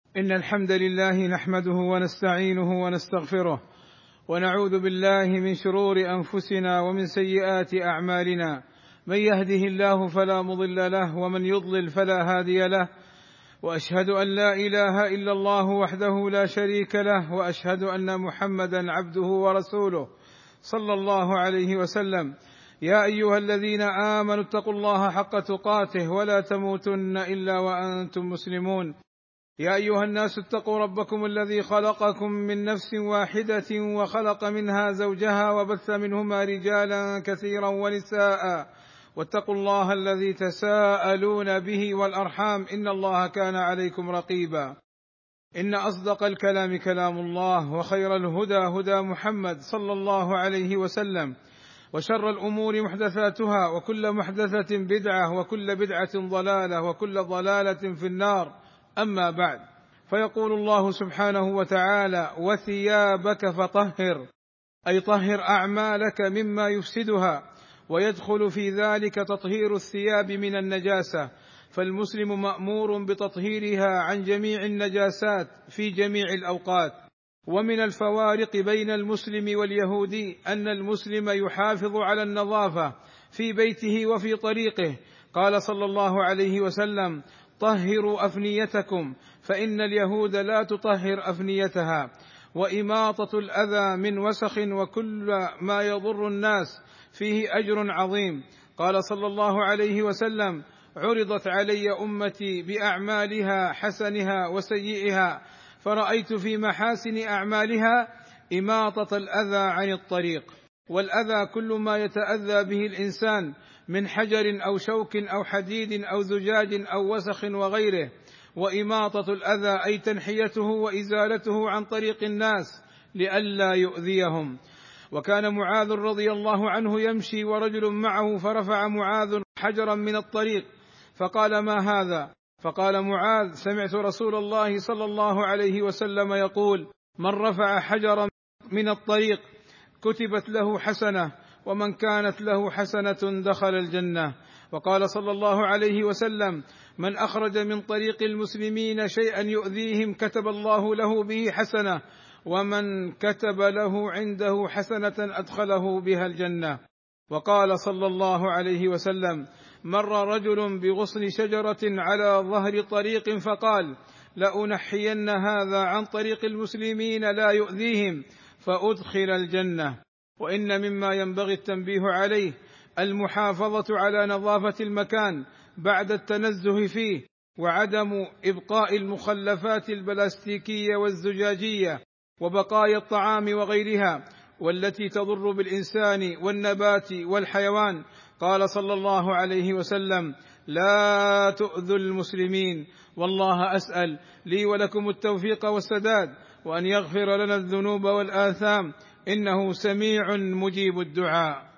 إن الحمد لله نحمده ونستعينه ونستغفره، ونعوذ بالله من شرور أنفسنا ومن سيئات أعمالنا. من يهده الله فلا مضل له، ومن يضلل فلا هادي له. وأشهد أن لا إله إلا الله وحده لا شريك له، وأشهد أن محمدا عبده ورسوله صلى الله عليه وسلم. يا أيها الذين آمنوا اتقوا الله حق تقاته ولا تموتن إلا وأنتم مسلمون. يا أيها الناس اتقوا ربكم الذي خلقكم من نفس واحدة وخلق منها زوجها وبث منهما رجالا كثيرا ونساء، واتقوا الله الذي تساءلون به والأرحام إن الله كان عليكم رقيبا. إن أصدق الكلام كلام الله، وخير الهدى هدى محمد صلى الله عليه وسلم، وشر الأمور محدثاتها، وكل محدثة بدعة، وكل بدعة ضلالة، وكل ضلالة في النار. أما بعد، فيقول الله سبحانه وتعالى: وثيابك فطهر، أي طهر أعمالك مما يفسدها، ويدخل في ذلك تطهير الثياب من النجاسة، فالمسلم مأمور بتطهيرها عن جميع النجاسات في جميع الأوقات. ومن الفوارق بين المسلم واليهودي أن المسلم يحافظ على النظافة في بيته وفي طريقه. قال صلى الله عليه وسلم: طهروا أفنيتكم، فإن اليهود لا تطهر أفنيتها. وإماطة الأذى من وسخ وكل ما يضر الناس فيه أجر عظيم. قال صلى الله عليه وسلم: عرضت علي أمتي بأعمالها حسنها وسيئها، فرأيت في محاسن أعمالها إماطة الأذى عن الطريق. والأذى كل ما يتأذى به الإنسان من حجر أو شوك أو حديد أو زجاج أو وسخ وغيره. وإماطة الأذى أي تنحيته وإزالته عن طريق الناس لئلا يؤذيهم. وكان معاذ رضي الله عنه يمشي ورجل معه، فرفع معاذ حجرا من الطريق فقال: ما هذا؟ فقال معاذ: سمعت رسول الله صلى الله عليه وسلم يقول: من رفع حجرا من الطريق كتبت له حسنة، ومن كانت له حسنة دخل الجنة. وقال صلى الله عليه وسلم: من أخرج من طريق المسلمين شيئا يؤذيهم كتب الله له به حسنة، ومن كتب له عنده حسنة أدخله بها الجنة. وقال صلى الله عليه وسلم: مر رجل بغصن شجرة على ظهر طريق فقال: لأنحين هذا عن طريق المسلمين لا يؤذيهم فأدخل الجنة. وإن مما ينبغي التنبيه عليه المحافظة على نظافة المكان بعد التنزه فيه، وعدم إبقاء المخلفات البلاستيكية والزجاجية وبقايا الطعام وغيرها، والتي تضر بالإنسان والنبات والحيوان. قال صلى الله عليه وسلم: لا تؤذوا المسلمين. والله أسأل لي ولكم التوفيق والسداد، وأن يغفر لنا الذنوب والآثام، إنه سميع مجيب الدعاء.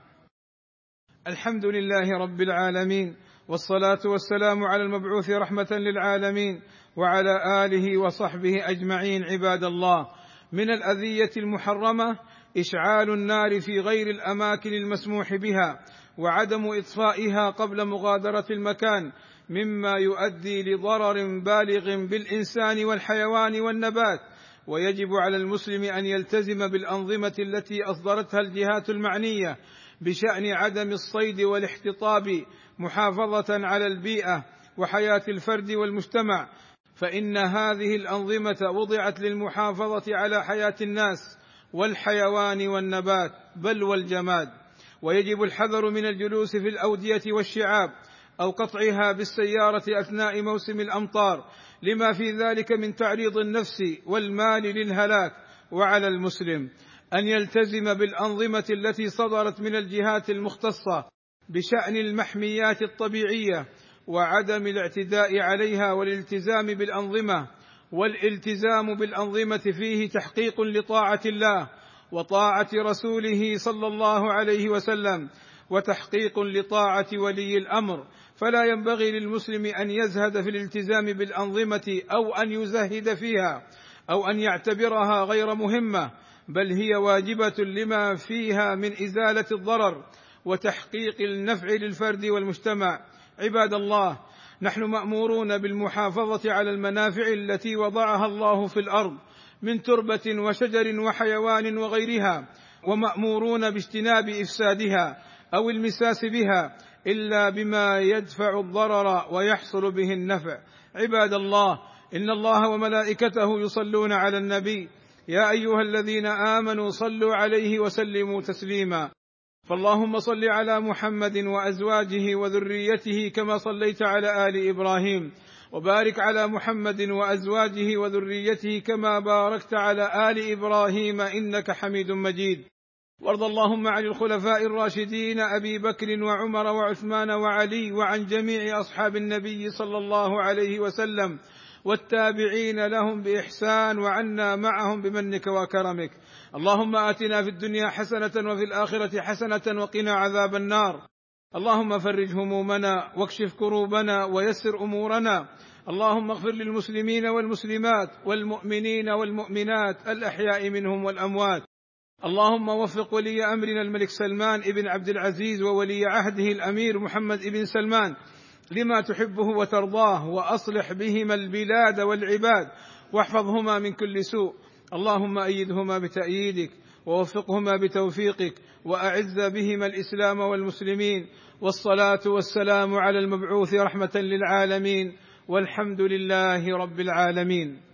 الحمد لله رب العالمين، والصلاة والسلام على المبعوث رحمة للعالمين، وعلى آله وصحبه أجمعين. عباد الله، من الأذية المحرمة إشعال النار في غير الأماكن المسموح بها، وعدم إطفائها قبل مغادرة المكان، مما يؤدي لضرر بالغ بالإنسان والحيوان والنبات. ويجب على المسلم أن يلتزم بالأنظمة التي أصدرتها الجهات المعنية بشأن عدم الصيد والاحتطاب، محافظة على البيئة وحياة الفرد والمجتمع، فإن هذه الأنظمة وضعت للمحافظة على حياة الناس والحيوان والنبات بل والجماد. ويجب الحذر من الجلوس في الأودية والشعاب أو قطعها بالسيارة أثناء موسم الأمطار، لما في ذلك من تعريض النفس والمال للهلاك. وعلى المسلم أن يلتزم بالأنظمة التي صدرت من الجهات المختصة بشأن المحميات الطبيعية، وعدم الاعتداء عليها، والالتزام بالأنظمة. والالتزام بالأنظمة فيه تحقيق لطاعة الله وطاعة رسوله صلى الله عليه وسلم، وتحقيق لطاعة ولي الأمر. فلا ينبغي للمسلم أن يزهد في الالتزام بالأنظمة، أو أن يزهد فيها، أو أن يعتبرها غير مهمة، بل هي واجبة لما فيها من إزالة الضرر وتحقيق النفع للفرد والمجتمع. عباد الله، نحن مأمورون بالمحافظة على المنافع التي وضعها الله في الأرض من تربة وشجر وحيوان وغيرها، ومأمورون باجتناب إفسادها أو المساس بها إلا بما يدفع الضرر ويحصل به النفع. عباد الله، إن الله وملائكته يصلون على النبي، يا أيها الذين آمنوا صلوا عليه وسلموا تسليما. فاللهم صل على محمد وأزواجه وذريته كما صليت على آل إبراهيم، وبارك على محمد وأزواجه وذريته كما باركت على آل إبراهيم إنك حميد مجيد. وارض اللهم عن الخلفاء الراشدين أبي بكر وعمر وعثمان وعلي، وعن جميع أصحاب النبي صلى الله عليه وسلم والتابعين لهم بإحسان، وعنا معهم بمنك وكرمك. اللهم آتنا في الدنيا حسنة وفي الآخرة حسنة وقنا عذاب النار. اللهم فرج همومنا واكشف كروبنا ويسر أمورنا. اللهم اغفر للمسلمين والمسلمات والمؤمنين والمؤمنات الأحياء منهم والأموات. اللهم وفق ولي أمرنا الملك سلمان ابن عبد العزيز وولي عهده الأمير محمد ابن سلمان لما تحبه وترضاه، وأصلح بهما البلاد والعباد، واحفظهما من كل سوء. اللهم أيدهما بتأييدك، ووفقهما بتوفيقك، وأعز بهما الإسلام والمسلمين. والصلاة والسلام على المبعوث رحمة للعالمين، والحمد لله رب العالمين.